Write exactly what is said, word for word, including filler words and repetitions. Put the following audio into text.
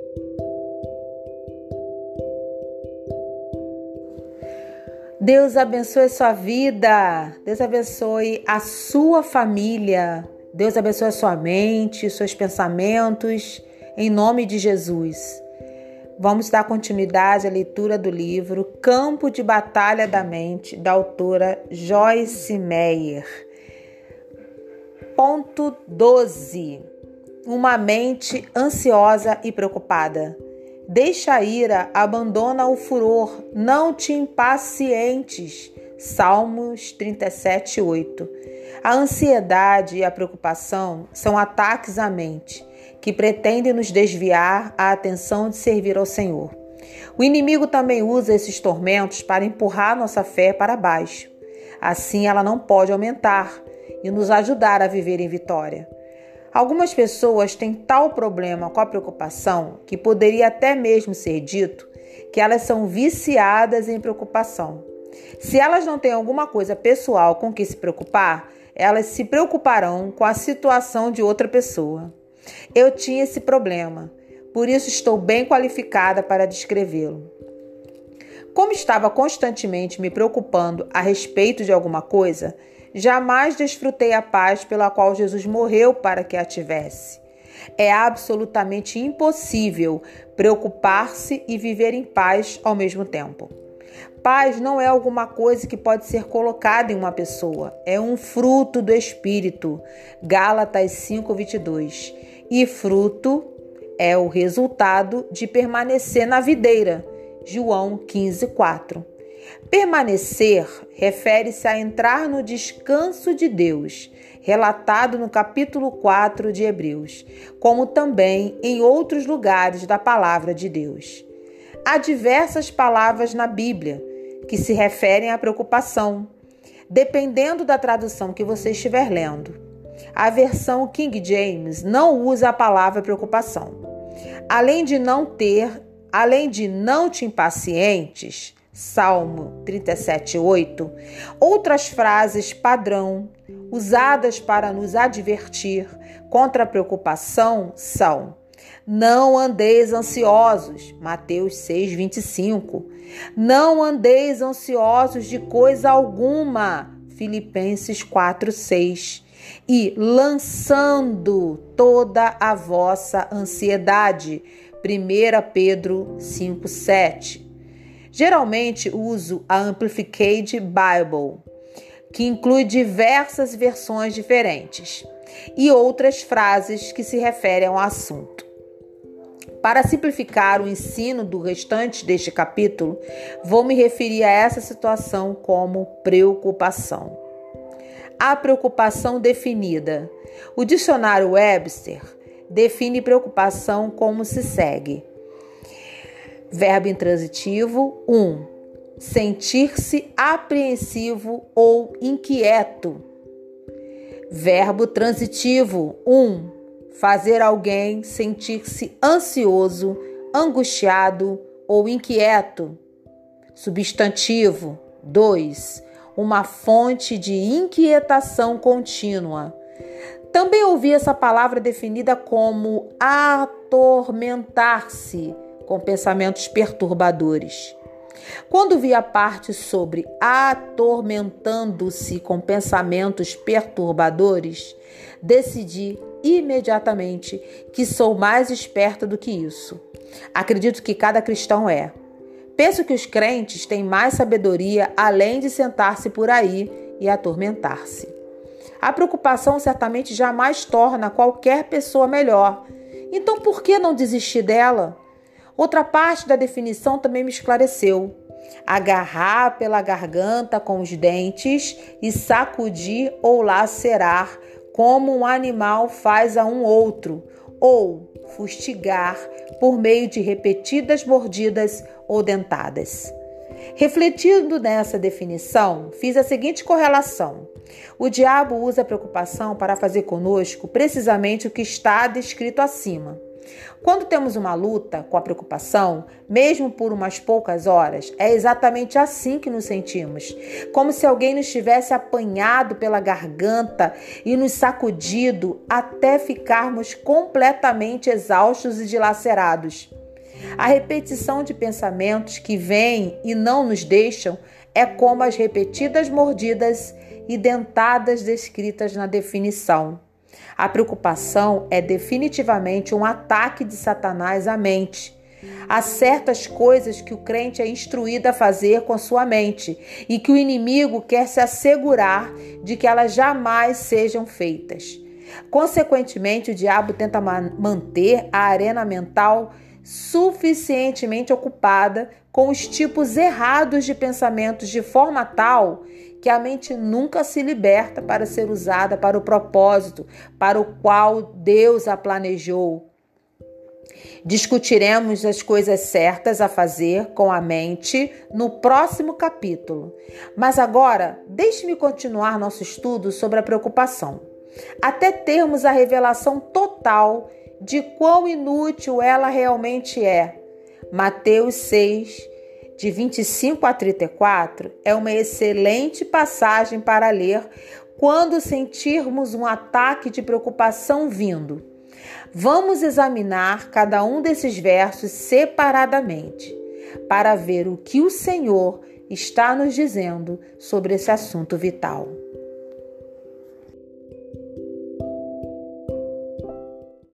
Deus abençoe a sua vida, Deus abençoe a sua família, Deus abençoe a sua mente, seus pensamentos, em nome de Jesus. Vamos dar continuidade à leitura do livro Campo de Batalha da Mente, da autora Joyce Meyer. Ponto doze. Uma mente ansiosa e preocupada. Deixa a ira, abandona o furor, não te impacientes. Salmos trinta e sete, oito. A ansiedade e a preocupação são ataques à mente, que pretendem nos desviar a atenção de servir ao Senhor. O inimigo também usa esses tormentos para empurrar nossa fé para baixo. Assim, ela não pode aumentar e nos ajudar a viver em vitória. Algumas pessoas têm tal problema com a preocupação que poderia até mesmo ser dito que elas são viciadas em preocupação. Se elas não têm alguma coisa pessoal com que se preocupar, elas se preocuparão com a situação de outra pessoa. Eu tinha esse problema, por isso estou bem qualificada para descrevê-lo. Como estava constantemente me preocupando a respeito de alguma coisa, jamais desfrutei a paz pela qual Jesus morreu para que a tivesse. É absolutamente impossível preocupar-se e viver em paz ao mesmo tempo. Paz não é alguma coisa que pode ser colocada em uma pessoa, é um fruto do Espírito. Gálatas cinco, vinte e dois. E fruto é o resultado de permanecer na videira. João quinze, quatro. Permanecer refere-se a entrar no descanso de Deus, relatado no capítulo quatro de Hebreus, como também em outros lugares da palavra de Deus. Há diversas palavras na Bíblia que se referem à preocupação, dependendo da tradução que você estiver lendo. A versão King James não usa a palavra preocupação. Além de não ter, além de não te impacientes, Salmo trinta e sete, oito, outras frases padrão usadas para nos advertir contra a preocupação são: não andeis ansiosos, Mateus seis, vinte e cinco. Não andeis ansiosos de coisa alguma, Filipenses quatro, seis. E lançando toda a vossa ansiedade, primeira Pedro cinco, sete. Geralmente uso a Amplified Bible, que inclui diversas versões diferentes, e outras frases que se referem ao assunto. Para simplificar o ensino do restante deste capítulo, vou me referir a essa situação como preocupação. A preocupação definida. O dicionário Webster define preocupação como se segue. Verbo intransitivo, um. Sentir-se apreensivo ou inquieto. Verbo transitivo, um. Fazer alguém sentir-se ansioso, angustiado ou inquieto. Substantivo, dois. Uma fonte de inquietação contínua. Também ouvi essa palavra definida como atormentar-se, com pensamentos perturbadores. Quando vi a parte sobre atormentando-se com pensamentos perturbadores, decidi imediatamente que sou mais esperta do que isso. Acredito que cada cristão é. Penso que os crentes têm mais sabedoria além de sentar-se por aí e atormentar-se. A preocupação certamente jamais torna qualquer pessoa melhor. Então por que não desistir dela? Outra parte da definição também me esclareceu. Agarrar pela garganta com os dentes e sacudir ou lacerar como um animal faz a um outro, ou fustigar por meio de repetidas mordidas ou dentadas. Refletindo nessa definição, fiz a seguinte correlação. O diabo usa a preocupação para fazer conosco precisamente o que está descrito acima. Quando temos uma luta com a preocupação, mesmo por umas poucas horas, é exatamente assim que nos sentimos, como se alguém nos tivesse apanhado pela garganta e nos sacudido até ficarmos completamente exaustos e dilacerados. A repetição de pensamentos que vêm e não nos deixam é como as repetidas mordidas e dentadas descritas na definição. A preocupação é definitivamente um ataque de Satanás à mente. Há certas coisas que o crente é instruído a fazer com sua mente e que o inimigo quer se assegurar de que elas jamais sejam feitas. Consequentemente, o diabo tenta manter a arena mental suficientemente ocupada com os tipos errados de pensamentos de forma tal que a mente nunca se liberta para ser usada para o propósito para o qual Deus a planejou. Discutiremos as coisas certas a fazer com a mente no próximo capítulo. Mas agora, deixe-me continuar nosso estudo sobre a preocupação, até termos a revelação total de quão inútil ela realmente é. Mateus seis, de vinte e cinco a trinta e quatro, é uma excelente passagem para ler quando sentirmos um ataque de preocupação vindo. Vamos examinar cada um desses versos separadamente, para ver o que o Senhor está nos dizendo sobre esse assunto vital.